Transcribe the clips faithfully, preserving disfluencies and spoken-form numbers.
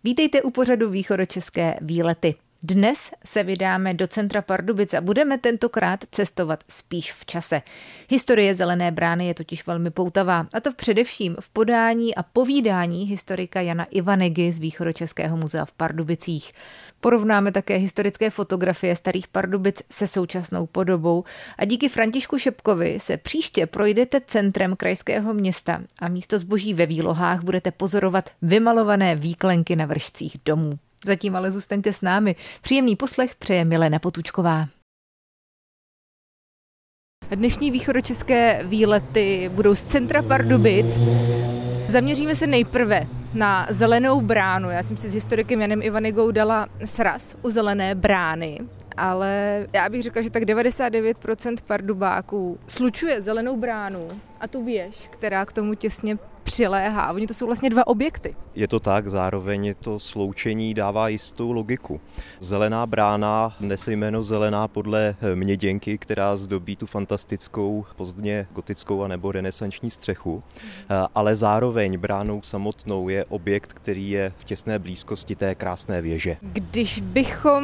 Vítejte u pořadu Východočeské výlety. Dnes se vydáme do centra Pardubic a budeme tentokrát cestovat spíš v čase. Historie Zelené brány je totiž velmi poutavá, a to především v podání a povídání historika Jana Ivanegy z Východočeského muzea v Pardubicích. Porovnáme také historické fotografie starých Pardubic se současnou podobou a díky Františku Šepkovi se příště projdete centrem krajského města a místo zboží ve výlohách budete pozorovat vymalované výklenky na vršcích domů. Zatím ale zůstaňte s námi. Příjemný poslech přeje Milena Potůčková. Dnešní východočeské výlety budou z centra Pardubic. Zaměříme se nejprve na Zelenou bránu. Já jsem si s historikem Janem Ivanegou dala sraz u Zelené brány, ale já bych řekla, že tak devadesát devět procent Pardubáků slučuje Zelenou bránu a tu věž, která k tomu těsně přiléhá. Oni to jsou vlastně dva objekty. Je to tak, zároveň to sloučení dává jistou logiku. Zelená brána nese jméno Zelená podle měděnky, která zdobí tu fantastickou pozdně gotickou a nebo renesanční střechu, ale zároveň bránou samotnou je objekt, který je v těsné blízkosti té krásné věže. Když bychom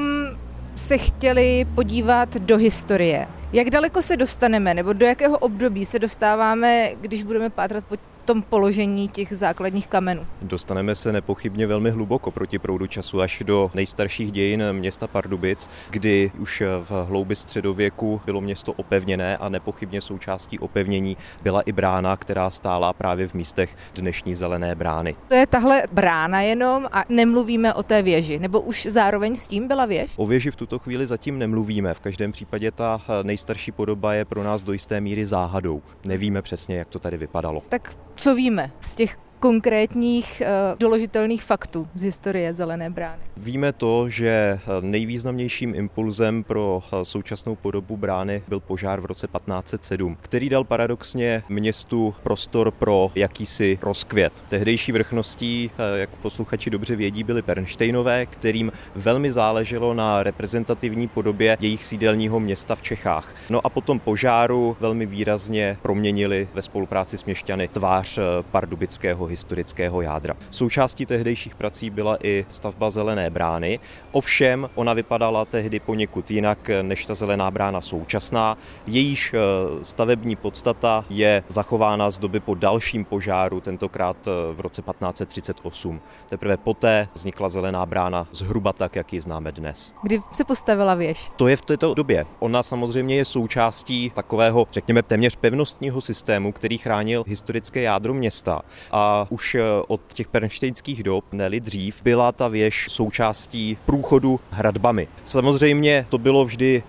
se chtěli podívat do historie, jak daleko se dostaneme, nebo do jakého období se dostáváme, když budeme pátrat po tom položení těch základních kamenů? Dostaneme se nepochybně velmi hluboko proti proudu času až do nejstarších dějin města Pardubic, kdy už v hloubi středověku bylo město opevněné a nepochybně součástí opevnění byla i brána, která stála právě v místech dnešní Zelené brány. To je tahle brána jenom a nemluvíme o té věži, nebo už zároveň s tím byla věž? O věži v tuto chvíli zatím nemluvíme, v každém případě ta nejstarší podoba je pro nás do jisté míry záhadou. Nevíme přesně, jak to tady vypadalo. Tak co víme z těch konkrétních uh, doložitelných faktů z historie Zelené brány? Víme to, že nejvýznamnějším impulzem pro současnou podobu brány byl požár v roce patnáct set sedm, který dal paradoxně městu prostor pro jakýsi rozkvět. Tehdejší vrchností, jak posluchači dobře vědí, byly Pernštejnové, kterým velmi záleželo na reprezentativní podobě jejich sídelního města v Čechách. No a po tom požáru velmi výrazně proměnili ve spolupráci s měšťany tvář pardubického historického jádra. Součástí tehdejších prací byla i stavba Zelené brány, ovšem ona vypadala tehdy poněkud jinak než ta Zelená brána současná. Jejíž stavební podstata je zachována z doby po dalším požáru, tentokrát v roce patnáct set třicet osm. Teprve poté vznikla Zelená brána zhruba tak, jak ji známe dnes. Kdy se postavila věž? To je v této době. Ona samozřejmě je součástí takového, řekněme, téměř pevnostního systému, který chránil historické jádro města. A už od těch pernštejnských dob, ne-li dřív, byla ta věž součástí průchodu hradbami. Samozřejmě to bylo vždy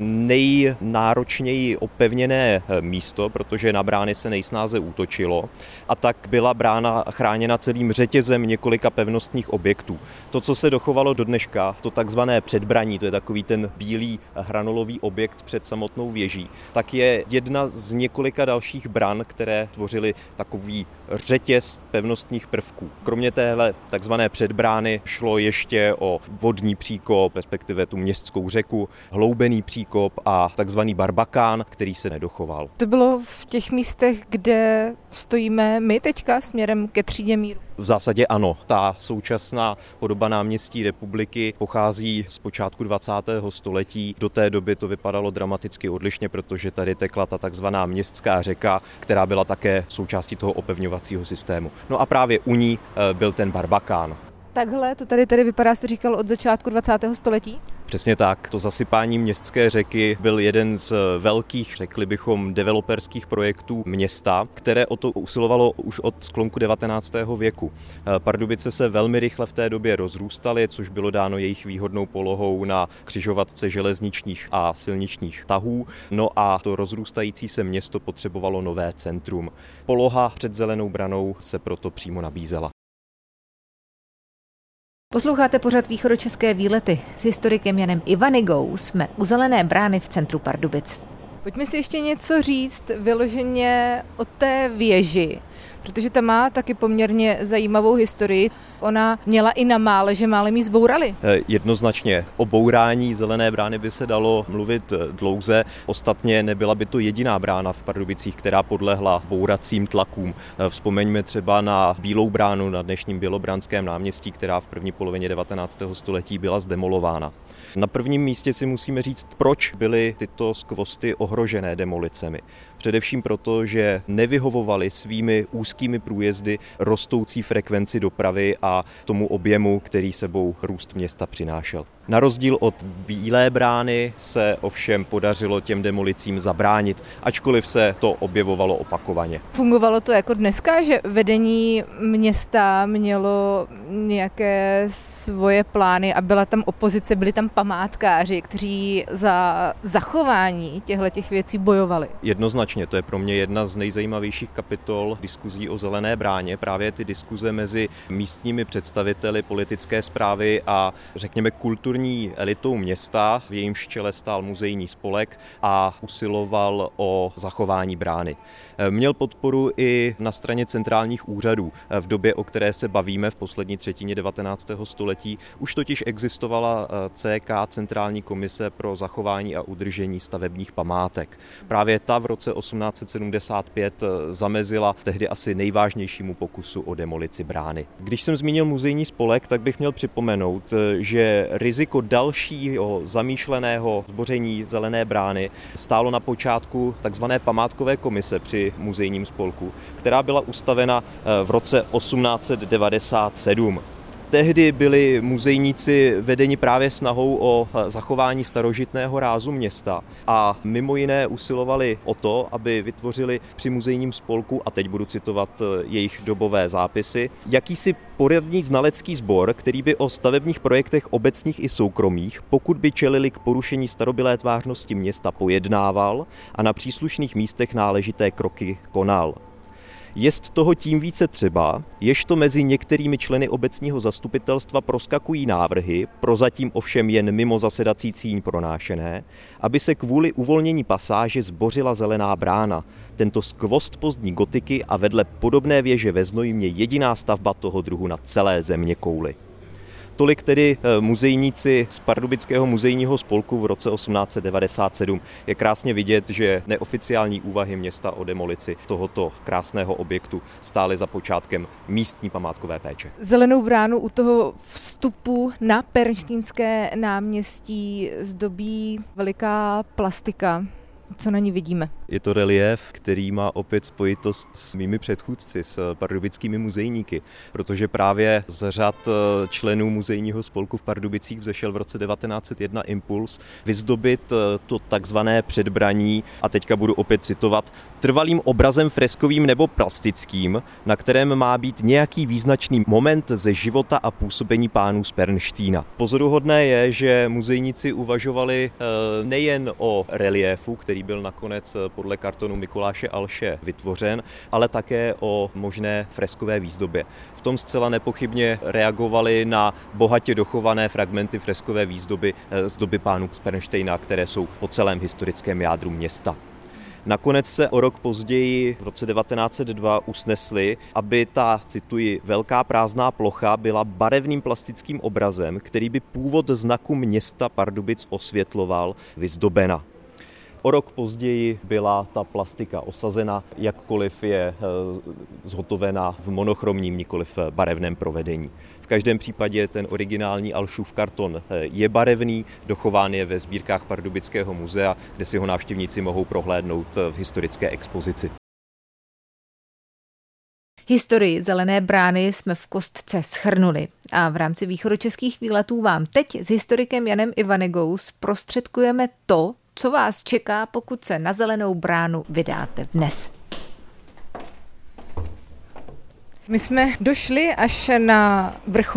nejnáročněji opevněné místo, protože na brány se nejsnáze útočilo, a tak byla brána chráněna celým řetězem několika pevnostních objektů. To, co se dochovalo do dneška, to takzvané předbraní, to je takový ten bílý hranolový objekt před samotnou věží, tak je jedna z několika dalších bran, které tvořily takový řetěz pevnostních prvků. Kromě téhle takzvané předbrány šlo ještě o vodní příkop, respektive tu městskou řeku, hloubený příkop a takzvaný barbakán, který se nedochoval. To bylo v těch místech, kde stojíme my teďka směrem ke Třídě míru? V zásadě ano. Ta současná podoba náměstí Republiky pochází z počátku dvacátého století. Do té doby to vypadalo dramaticky odlišně, protože tady tekla ta takzvaná městská řeka, která byla také součástí toho opevňovacího systému. No a právě u ní byl ten barbakán. Takhle to tady, tady vypadá, jste říkal, od začátku dvacátého století? Přesně tak. To zasypání městské řeky byl jeden z velkých, řekli bychom, developerských projektů města, které o to usilovalo už od sklonku devatenáctého věku. Pardubice se velmi rychle v té době rozrůstaly, což bylo dáno jejich výhodnou polohou na křižovatce železničních a silničních tahů. No a to rozrůstající se město potřebovalo nové centrum. Poloha před Zelenou branou se proto přímo nabízela. Posloucháte pořad Východočeské výlety. S historikem Janem Ivanegou jsme u Zelené brány v centru Pardubic. Pojďme si ještě něco říct vyloženě o té věži, protože ta má taky poměrně zajímavou historii. Ona měla i na mále, že málem jí zbourali. Jednoznačně. O bourání Zelené brány by se dalo mluvit dlouze. Ostatně nebyla by to jediná brána v Pardubicích, která podlehla bouracím tlakům. Vzpomeňme třeba na Bílou bránu na dnešním Bělobranském náměstí, která v první polovině devatenáctého století byla zdemolována. Na prvním místě si musíme říct, proč byly tyto skvosty ohrožené demolicemi. Především proto, že nevyhovovaly svými úzkými průjezdy rostoucí frekvenci dopravy a tomu objemu, který sebou růst města přinášel. Na rozdíl od Bílé brány se ovšem podařilo těm demolicím zabránit, ačkoliv se to objevovalo opakovaně. Fungovalo to jako dneska, že vedení města mělo nějaké svoje plány a byla tam opozice, byli tam památkáři, kteří za zachování těchto věcí bojovali? Jednoznačně, to je pro mě jedna z nejzajímavějších kapitol diskuzí o Zelené bráně, právě ty diskuze mezi místními představiteli politické správy a řekněme kulturní elitou města, v jejímž čele stál muzejní spolek a usiloval o zachování brány. Měl podporu i na straně centrálních úřadů. V době, o které se bavíme, v poslední třetině devatenáctého století, už totiž existovala C K, Centrální komise pro zachování a udržení stavebních památek. Právě ta v roce osmnáct set sedmdesát pět zamezila tehdy asi nejvážnějšímu pokusu o demolici brány. Když jsem zmínil muzejní spolek, tak bych měl připomenout, že riziko dalšího zamýšleného zboření Zelené brány stálo na počátku takzvané památkové komise při muzejním spolku, která byla ustavena v roce osmnáct set devadesát sedm. Tehdy byli muzejníci vedeni právě snahou o zachování starožitného rázu města a mimo jiné usilovali o to, aby vytvořili při muzejním spolku, a teď budu citovat jejich dobové zápisy, jakýsi poradní znalecký sbor, který by o stavebních projektech obecních i soukromých, pokud by čelili k porušení starobylé tvářnosti města, pojednával a na příslušných místech náležité kroky konal. Jest toho tím více třeba, ježto mezi některými členy obecního zastupitelstva proskakují návrhy, prozatím ovšem jen mimo zasedací cíň pronášené, aby se kvůli uvolnění pasáže zbořila Zelená brána, tento skvost pozdní gotiky a vedle podobné věže ve Znojmě jediná stavba toho druhu na celé země kouli. Tolik tedy muzejníci z Pardubického muzejního spolku v roce osmnáct set devadesát sedm. Je krásně vidět, že neoficiální úvahy města o demolici tohoto krásného objektu stály za počátkem místní památkové péče. Zelenou bránu u toho vstupu na Pernštejnské náměstí zdobí veliká plastika. Co na ní vidíme? Je to reliéf, který má opět spojitost s mými předchůdci, s pardubickými muzejníky, protože právě z řad členů muzejního spolku v Pardubicích vzešel v roce devatenáct set jedna impuls vyzdobit to takzvané předbraní, a teďka budu opět citovat, trvalým obrazem freskovým nebo plastickým, na kterém má být nějaký význačný moment ze života a působení pánů z Pernštína. Pozoruhodné je, že muzejníci uvažovali nejen o reliéfu, který byl nakonec podle kartonu Mikuláše Alše vytvořen, ale také o možné freskové výzdobě. V tom zcela nepochybně reagovali na bohatě dochované fragmenty freskové výzdoby z doby pánů z Pernštejna, které jsou po celém historickém jádru města. Nakonec se o rok později, v roce devatenáct set dva, usnesli, aby ta, cituji, velká prázdná plocha byla barevným plastickým obrazem, který by původ znaku města Pardubic osvětloval, vyzdobena. O rok později byla ta plastika osazena, jakkoliv je zhotovena v monochromním, nikoliv barevném provedení. V každém případě ten originální Alšův karton je barevný, dochován je ve sbírkách Pardubického muzea, kde si ho návštěvníci mohou prohlédnout v historické expozici. Historii Zelené brány jsme v kostce shrnuli a v rámci východočeských výletů vám teď s historikem Janem Ivanigou zprostředkujeme to, co vás čeká, pokud se na Zelenou bránu vydáte dnes. My jsme došli až na vrchol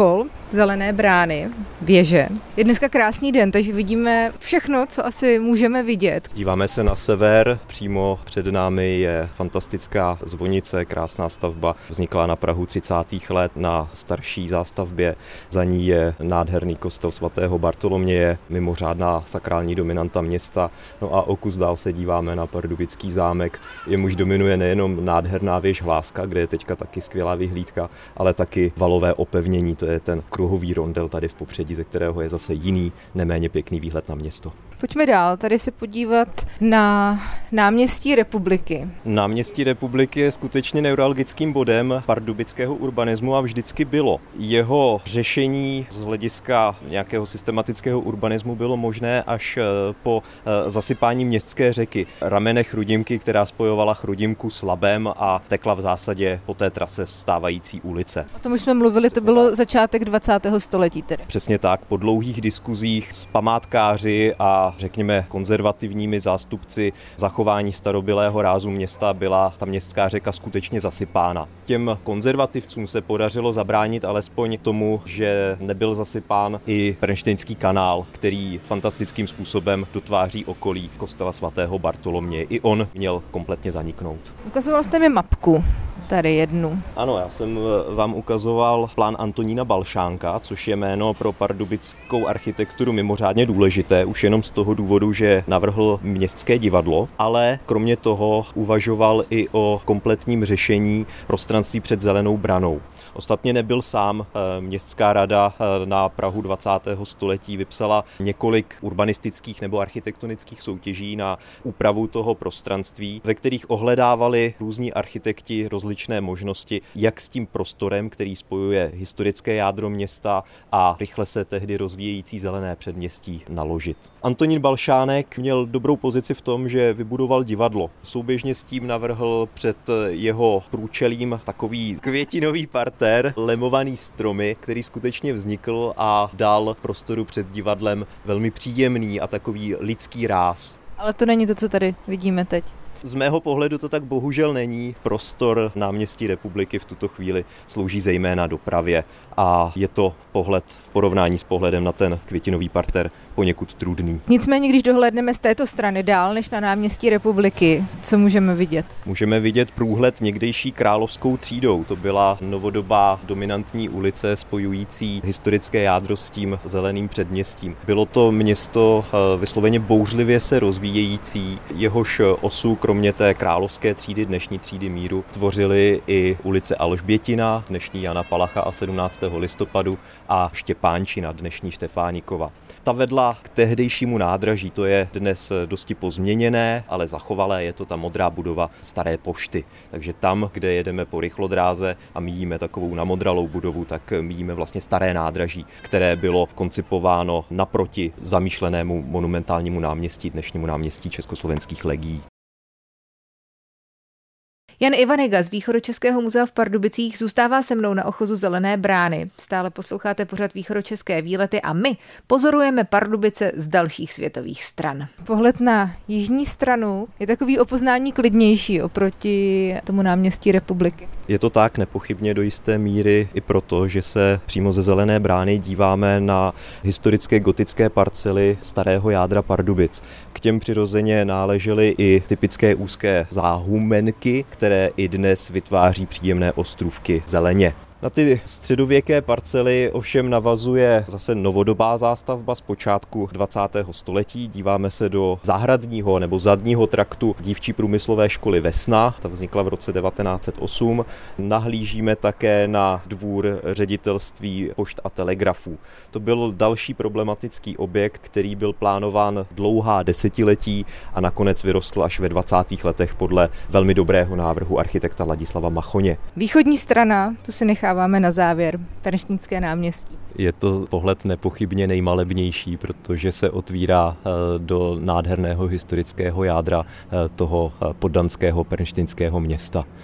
Zelené brány, věže. Je dneska krásný den, takže vidíme všechno, co asi můžeme vidět. Díváme se na sever, přímo před námi je fantastická zvonice, krásná stavba, vznikla na prahu třicátých let na starší zástavbě. Za ní je nádherný kostel svatého Bartoloměje, mimořádná sakrální dominanta města. No a o kus dál se díváme na Pardubický zámek. Jemuž dominuje nejenom nádherná věž Hláska, kde je teďka taky skvělá vyhlídka, ale taky valové opevnění, to je ten kruhový rondel tady v popředí, ze kterého je zase jiný, neméně pěkný výhled na město. Pojďme dál, tady se podívat na náměstí Republiky. Náměstí Republiky je skutečně neuralgickým bodem pardubického urbanismu a vždycky bylo. Jeho řešení z hlediska nějakého systematického urbanismu bylo možné až po zasypání městské řeky ramene Chrudimky, která spojovala Chrudimku s Labem a tekla v zásadě po té trase stávající ulice. O tom už jsme mluvili, to bylo začátek dvacátého století tedy. Přesně tak, po dlouhých diskuzích s památkáři a řekněme konzervativními zástupci zachování starobylého rázu města byla ta městská řeka skutečně zasypána. Těm konzervativcům se podařilo zabránit alespoň tomu, že nebyl zasypán i Pernštejnský kanál, který fantastickým způsobem dotváří okolí kostela svatého Bartoloměje. I on měl kompletně zaniknout. Ukazoval jste mi mapku. Tady jednu. Ano, já jsem vám ukazoval plán Antonína Balšánka, což je jméno pro pardubickou architekturu mimořádně důležité, už jenom z toho důvodu, že navrhl městské divadlo, ale kromě toho uvažoval i o kompletním řešení prostranství před Zelenou branou. Ostatně nebyl sám. Městská rada na prahu dvacátého století vypsala několik urbanistických nebo architektonických soutěží na úpravu toho prostranství, ve kterých ohledávali různí architekti rozličné možnosti, jak s tím prostorem, který spojuje historické jádro města a rychle se tehdy rozvíjející zelené předměstí, naložit. Antonín Balšánek měl dobrou pozici v tom, že vybudoval divadlo. Souběžně s tím navrhl před jeho průčelím takový květinový parter, lemovaný stromy, který skutečně vznikl a dal prostoru před divadlem velmi příjemný a takový lidský ráz. Ale to není to, co tady vidíme teď. Z mého pohledu to tak bohužel není. Prostor náměstí Republiky v tuto chvíli slouží zejména dopravě a je to pohled v porovnání s pohledem na ten květinový parter poněkud trudný. Nicméně, když dohlédneme z této strany dál než na náměstí Republiky, co můžeme vidět? Můžeme vidět průhled někdejší Královskou třídou. To byla novodobá dominantní ulice spojující historické jádro s tím zeleným předměstím. Bylo to město vysloveně bouřlivě se rozvíjející, jehož osu kromě té Královské třídy, dnešní třídy míru, tvořily i ulice Alžbětina, dnešní Jana Palacha a sedmnáctého listopadu a Štěpánčina, dnešní Štefánikova. Ta vedla k tehdejšímu nádraží, to je dnes dosti pozměněné, ale zachovalé je to ta modrá budova Staré pošty. Takže tam, kde jedeme po rychlodráze a míjíme takovou namodralou budovu, tak míjíme vlastně staré nádraží, které bylo koncipováno naproti zamýšlenému monumentálnímu náměstí, dnešnímu náměstí Československých legií. Jan Ivanega z Východočeského muzea v Pardubicích zůstává se mnou na ochozu Zelené brány. Stále posloucháte pořad Východočeské výlety a my pozorujeme Pardubice z dalších světových stran. Pohled na jižní stranu je takový o poznání klidnější oproti tomu náměstí Republiky. Je to tak nepochybně do jisté míry i proto, že se přímo ze Zelené brány díváme na historické gotické parcely starého jádra Pardubic. K těm přirozeně náležely i typické úzké záhumenky, které i dnes vytváří příjemné ostrůvky zeleně. Na ty středověké parcely ovšem navazuje zase novodobá zástavba z počátku dvacátého století. Díváme se do zahradního nebo zadního traktu dívčí průmyslové školy Vesna, ta vznikla v roce devatenáct set osm. Nahlížíme také na dvůr ředitelství pošt a telegrafů. To byl další problematický objekt, který byl plánován dlouhá desetiletí a nakonec vyrostl až ve dvacátých letech podle velmi dobrého návrhu architekta Ladislava Machoně. Východní strana, tu si necháváme na závěr, Pernštejnské náměstí. Je to pohled nepochybně nejmalebnější, protože se otvírá do nádherného historického jádra toho poddanského pernštejnského města.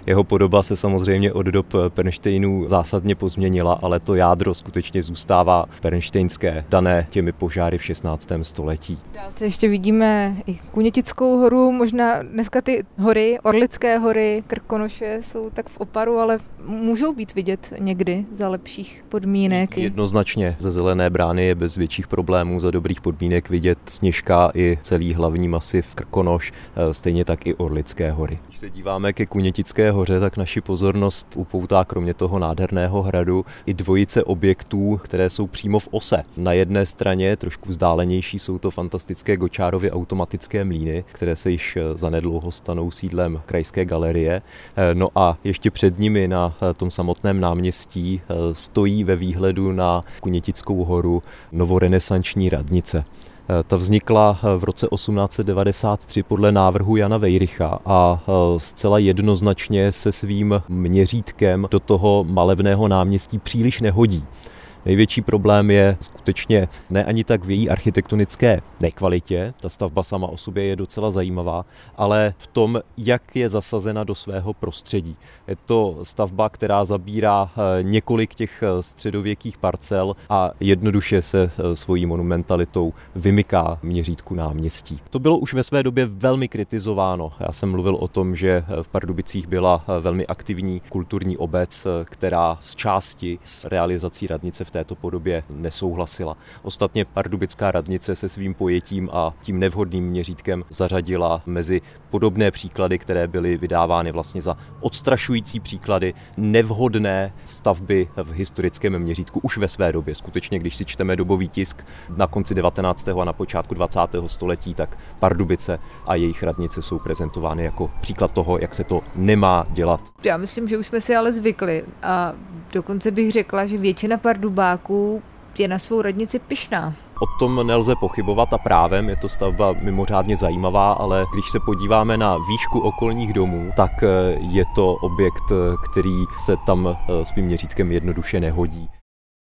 Jeho podoba se samozřejmě od dob Pernštejnů zásadně pozměnila, ale to jádro skutečně zůstává pernštejnské, dané těmi požáry v šestnáctém století. Dálce ještě vidíme i Kunětickou horu, možná dneska ty hory, Orlické hory, Krkonoše jsou tak v oparu, ale můžou být vidět někdy za lepších podmínek. Jednoznačně ze Zelené brány je bez větších problémů za dobrých podmínek vidět Sněžka i celý hlavní masiv Krkonoš, stejně tak i Orlické hory. Když se díváme ke Kunětické hoře, tak naši pozornost upoutá kromě toho nádherného hradu i dvojice objektů, které jsou přímo v ose. Na jedné straně, trošku vzdálenější, jsou to fantastické Gočárovy automatické mlýny, které se již zanedlouho stanou sídlem Krajské galerie. No a ještě před nimi na tom samotném náměstí stojí ve výhledu na Kunětickou horu novorenesanční radnice. Ta vznikla v roce osmnáct set devadesát tři podle návrhu Jana Vejricha a zcela jednoznačně se svým měřítkem do toho malebného náměstí příliš nehodí. Největší problém je skutečně ne ani tak v její architektonické nekvalitě, ta stavba sama o sobě je docela zajímavá, ale v tom, jak je zasazena do svého prostředí. Je to stavba, která zabírá několik těch středověkých parcel a jednoduše se svojí monumentalitou vymyká měřítku náměstí. To bylo už ve své době velmi kritizováno. Já jsem mluvil o tom, že v Pardubicích byla velmi aktivní kulturní obec, která z části s realizací radnice v této podobě nesouhlasila. Ostatně Pardubická radnice se svým pojetím a tím nevhodným měřítkem zařadila mezi podobné příklady, které byly vydávány vlastně za odstrašující příklady nevhodné stavby v historickém měřítku už ve své době. Skutečně, když si čteme dobový tisk na konci devatenáctého a na počátku dvacátého století, tak Pardubice a jejich radnice jsou prezentovány jako příklad toho, jak se to nemá dělat. Já myslím, že už jsme si ale zvykli a dokonce bych řekla, že většina Pardubáků je na svou radnici pyšná. O tom nelze pochybovat a právem, je to stavba mimořádně zajímavá, ale když se podíváme na výšku okolních domů, tak je to objekt, který se tam svým měřítkem jednoduše nehodí.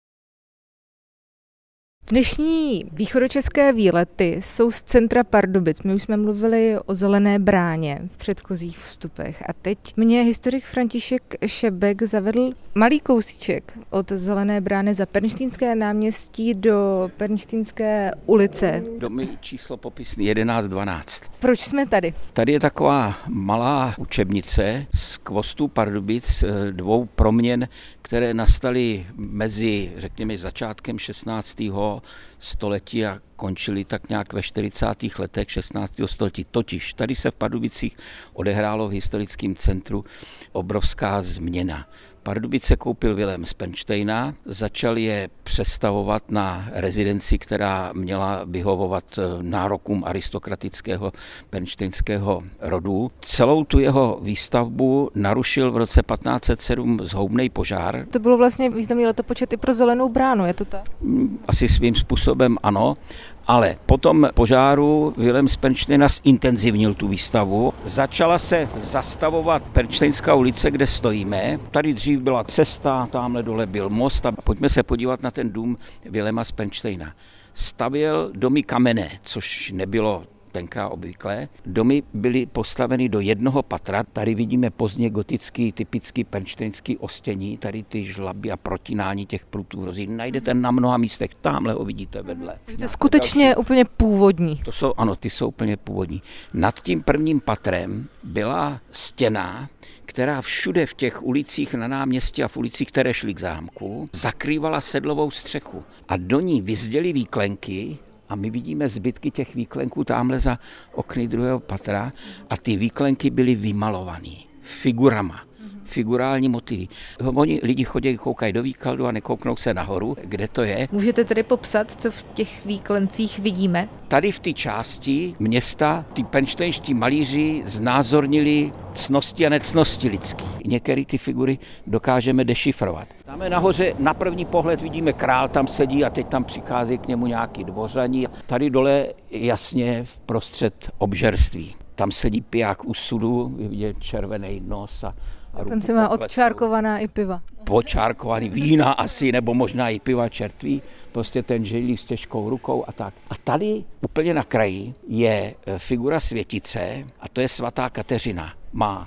Dnešní východočeské výlety jsou z centra Pardubic. My už jsme mluvili o Zelené bráně v předchozích vstupech a teď mě historik František Šebek zavedl malý kousíček od Zelené brány za Pernštejnské náměstí do Pernštejnské ulice. Domy číslo popisný jedenáct dvanáct. Proč jsme tady? Tady je taková malá učebnice z kvostu Pardubic, dvou proměn, které nastaly mezi, řekněme, začátkem šestnáctého století a končily tak nějak ve čtyřicátých letech šestnáctého století. Totiž tady se v Pardubicích odehrálo v historickém centru obrovská změna. Pardubice koupil Vilém z Pernštejna, začal je přestavovat na rezidenci, která měla vyhovovat nárokům aristokratického pernštejnského rodu. Celou tu jeho výstavbu narušil v roce patnáct set sedm zhoubnej požár. To bylo vlastně významný letopočet i pro Zelenou bránu, je to tak? Asi svým způsobem ano. Ale po tom požáru Vilém z Pernštejna zintenzivnil tu výstavu. Začala se zastavovat Pernštejnská ulice, kde stojíme. Tady dřív byla cesta, tamhle dole byl most a pojďme se podívat na ten dům Viléma z Pernštejna. Stavěl domy kamenné, což nebylo tenkrát obvyklé. Domy byly postaveny do jednoho patra. Tady vidíme pozdně gotický, typický pernštejnský ostění. Tady ty žlaby a protínání těch prutů hrozí. Najdete na mnoha místech. Tamhle ho vidíte vedle. To je skutečně další. Úplně původní. To jsou, ano, ty jsou úplně původní. Nad tím prvním patrem byla stěna, která všude v těch ulicích na náměstí a v ulicích, které šly k zámku, zakrývala sedlovou střechu. A do ní vyzděly výklenky, a my vidíme zbytky těch výklenků tamhle za okny druhého patra a ty výklenky byly vymalované figurama, figurální motivy. Oni lidi chodí, koukají do výkladu a nekouknou se nahoru, kde to je. Můžete tedy popsat, co v těch výklencích vidíme? Tady v té části města ty pernštejnští malíři znázornili cnosti a necnosti lidský. Některé ty figury dokážeme dešifrovat. Tam nahoře na první pohled vidíme král, tam sedí a teď tam přichází k němu nějaký dvořaní. Tady dole jasně v prostřed obžerství. Tam sedí piják u sudu, je vidět červený nos a dokonce má odčárkovaná i piva. Počárkovaný vína asi, nebo možná i piva čertví, prostě ten žejlík s těžkou rukou a tak. A tady úplně na kraji je figura světice a to je svatá Kateřina. Má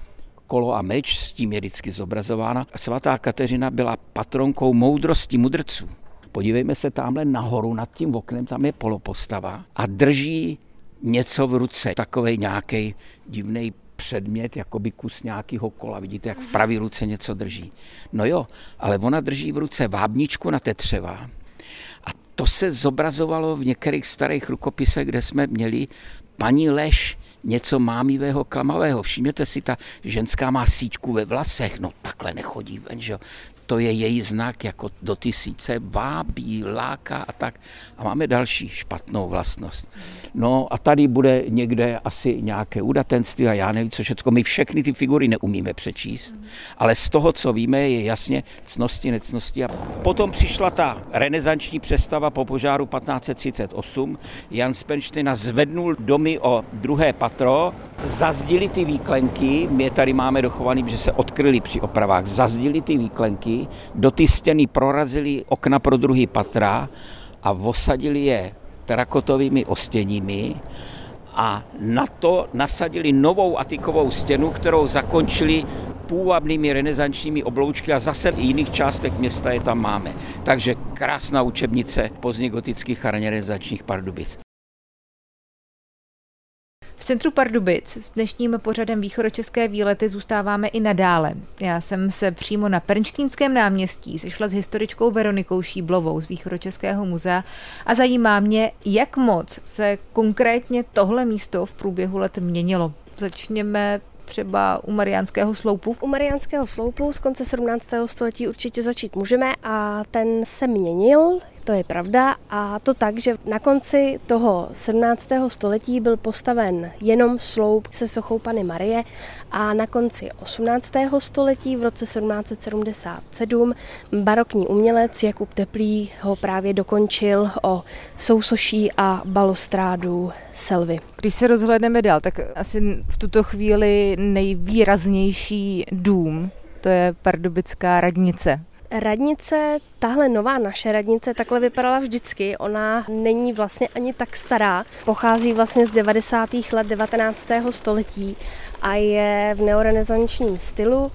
kolo a meč, s tím je vždycky zobrazována. Svatá Kateřina byla patronkou moudrosti mudrců. Podívejme se tamhle nahoru nad tím oknem, tam je polopostava a drží něco v ruce, takovej nějaký divný předmět, jako by kus nějakého kola. Vidíte, jak v pravé ruce něco drží. No jo, ale ona drží v ruce vábničku na tetřeva. A to se zobrazovalo v některých starých rukopisech, kde jsme měli paní lež, něco mámivého, klamavého. Všimněte si, ta ženská má síťku ve vlasech, no takhle nechodí ven, že jo. To je její znak, jako do ty síce vábí, láká a tak. A máme další špatnou vlastnost. No a tady bude někde asi nějaké udatenství a já nevím, co všechno. My všechny ty figury neumíme přečíst, ale z toho, co víme, je jasně ctnosti, nectnosti. A potom přišla ta renesanční přestava po požáru patnáct set třicet osm. Jan z Pernštejna zvednul domy o druhé patro, zazdili ty výklenky, my je tady máme dochovaný, že se odkryly při opravách, zazdili ty výklenky, do ty stěny prorazili okna pro druhý patra a osadili je terakotovými ostěními a na to nasadili novou atikovou stěnu, kterou zakončili půvabnými renesančními obloučky a zase v jiných částech města je tam máme. Takže krásná učebnice pozdně gotických a renesančních Pardubic. V centru Pardubic s dnešním pořadem Východočeské výlety zůstáváme i nadále. Já jsem se přímo na Pernštejnském náměstí sešla s historičkou Veronikou Šíblovou z Východočeského muzea a zajímá mě, jak moc se konkrétně tohle místo v průběhu let měnilo. Začněme třeba u Mariánského sloupu. U Mariánského sloupu z konce sedmnáctého století určitě začít můžeme a ten se měnil, to je pravda, a to tak, že na konci toho sedmnáctého století byl postaven jenom sloup se sochou Panny Marie a na konci osmnáctého století v roce sedmnáct set sedmdesát sedm barokní umělec Jakub Teplý ho právě dokončil o sousoší a balustrádu Selvy. Když se rozhlédneme dál, tak asi v tuto chvíli nejvýraznější dům, to je pardubická radnice. Radnice, tahle nová naše radnice takhle vypadala vždycky, ona není vlastně ani tak stará, pochází vlastně z devadesátých let devatenáctého století a je v neorenesančním stylu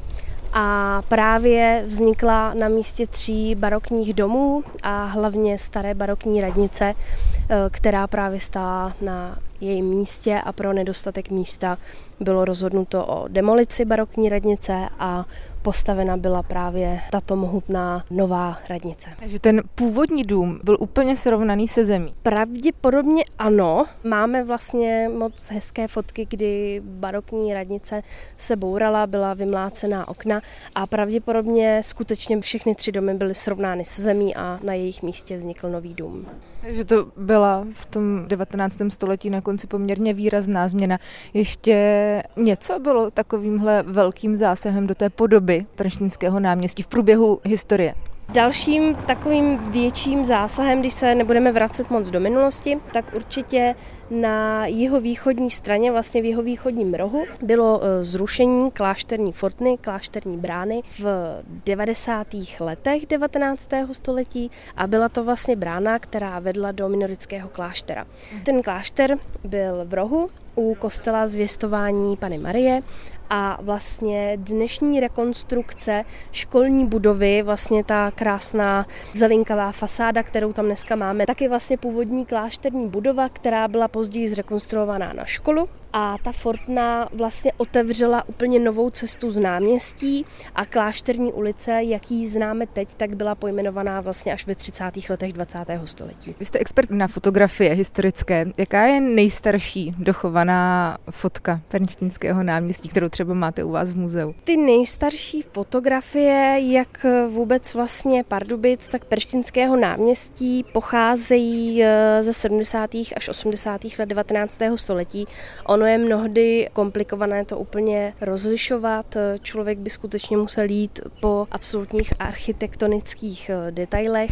a právě vznikla na místě tří barokních domů a hlavně staré barokní radnice, která právě stála na jejím místě a pro nedostatek místa bylo rozhodnuto o demolici barokní radnice a postavena byla právě tato mohutná nová radnice. Takže ten původní dům byl úplně srovnaný se zemí? Pravděpodobně ano. Máme vlastně moc hezké fotky, kdy barokní radnice se bourala, byla vymlácená okna a pravděpodobně skutečně všechny tři domy byly srovnány se zemí a na jejich místě vznikl nový dům. Takže to byla v tom devatenáctém století na konci poměrně výrazná změna. Ještě něco bylo takovýmhle velkým zásahem do té podoby Pernštejnského náměstí v průběhu historie? Dalším takovým větším zásahem, když se nebudeme vracet moc do minulosti, tak určitě na jihovýchodní straně, vlastně v jihovýchodním rohu, bylo zrušení klášterní fortny, klášterní brány v devadesátých letech devatenáctého století a byla to vlastně brána, která vedla do minorického kláštera. Ten klášter byl v rohu u kostela Zvěstování Panny Marie a vlastně dnešní rekonstrukce školní budovy, vlastně ta krásná zelinkavá fasáda, kterou tam dneska máme, tak je vlastně původní klášterní budova, která byla později zrekonstruovaná na školu a ta fortna vlastně otevřela úplně novou cestu z náměstí a klášterní ulice, jak ji známe teď, tak byla pojmenovaná vlastně až ve třicátých letech dvacátého století. Vy jste expert na fotografie historické. Jaká je nejstarší dochovaná fotka Pernštejnského náměstí, kterou třeba máte u vás v muzeu? Ty nejstarší fotografie, jak vůbec vlastně Pardubic, tak Pernštejnského náměstí pocházejí ze sedmdesátých až osmdesátých let devatenáctého století. Ono je mnohdy komplikované to úplně rozlišovat. Člověk by skutečně musel jít po absolutních architektonických detailech,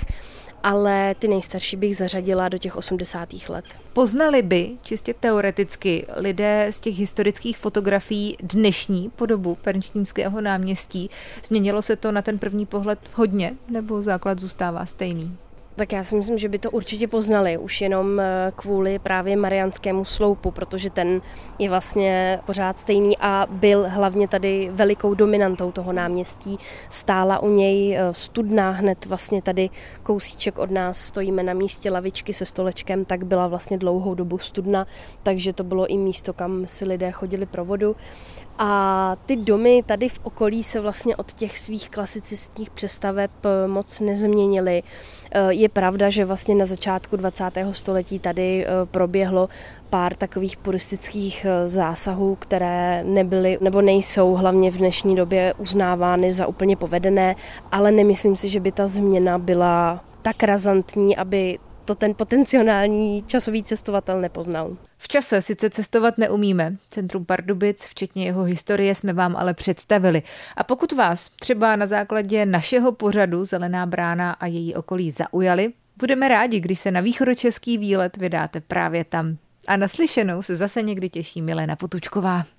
ale ty nejstarší bych zařadila do těch osmdesátých let. Poznali by čistě teoreticky lidé z těch historických fotografií dnešní podobu Pernštejnského náměstí? Změnilo se to na ten první pohled hodně, nebo základ zůstává stejný? Tak já si myslím, že by to určitě poznali, už jenom kvůli právě Mariánskému sloupu, protože ten je vlastně pořád stejný a byl hlavně tady velikou dominantou toho náměstí. Stála u něj studna, hned vlastně tady kousíček od nás stojíme na místě lavičky se stolečkem, tak byla vlastně dlouhou dobu studna, takže to bylo i místo, kam si lidé chodili pro vodu. A ty domy tady v okolí se vlastně od těch svých klasicistních přestaveb moc nezměnily. Je pravda, že vlastně na začátku dvacátého století tady proběhlo pár takových puristických zásahů, které nebyly nebo nejsou hlavně v dnešní době uznávány za úplně povedené, ale nemyslím si, že by ta změna byla tak razantní, aby to ten potenciální časový cestovatel nepoznal. V čase sice cestovat neumíme. Centrum Pardubic, včetně jeho historie, jsme vám ale představili. A pokud vás třeba na základě našeho pořadu Zelená brána a její okolí zaujali, budeme rádi, když se na východočeský výlet vydáte právě tam. A naslyšenou se zase někdy těší Milena Potůčková.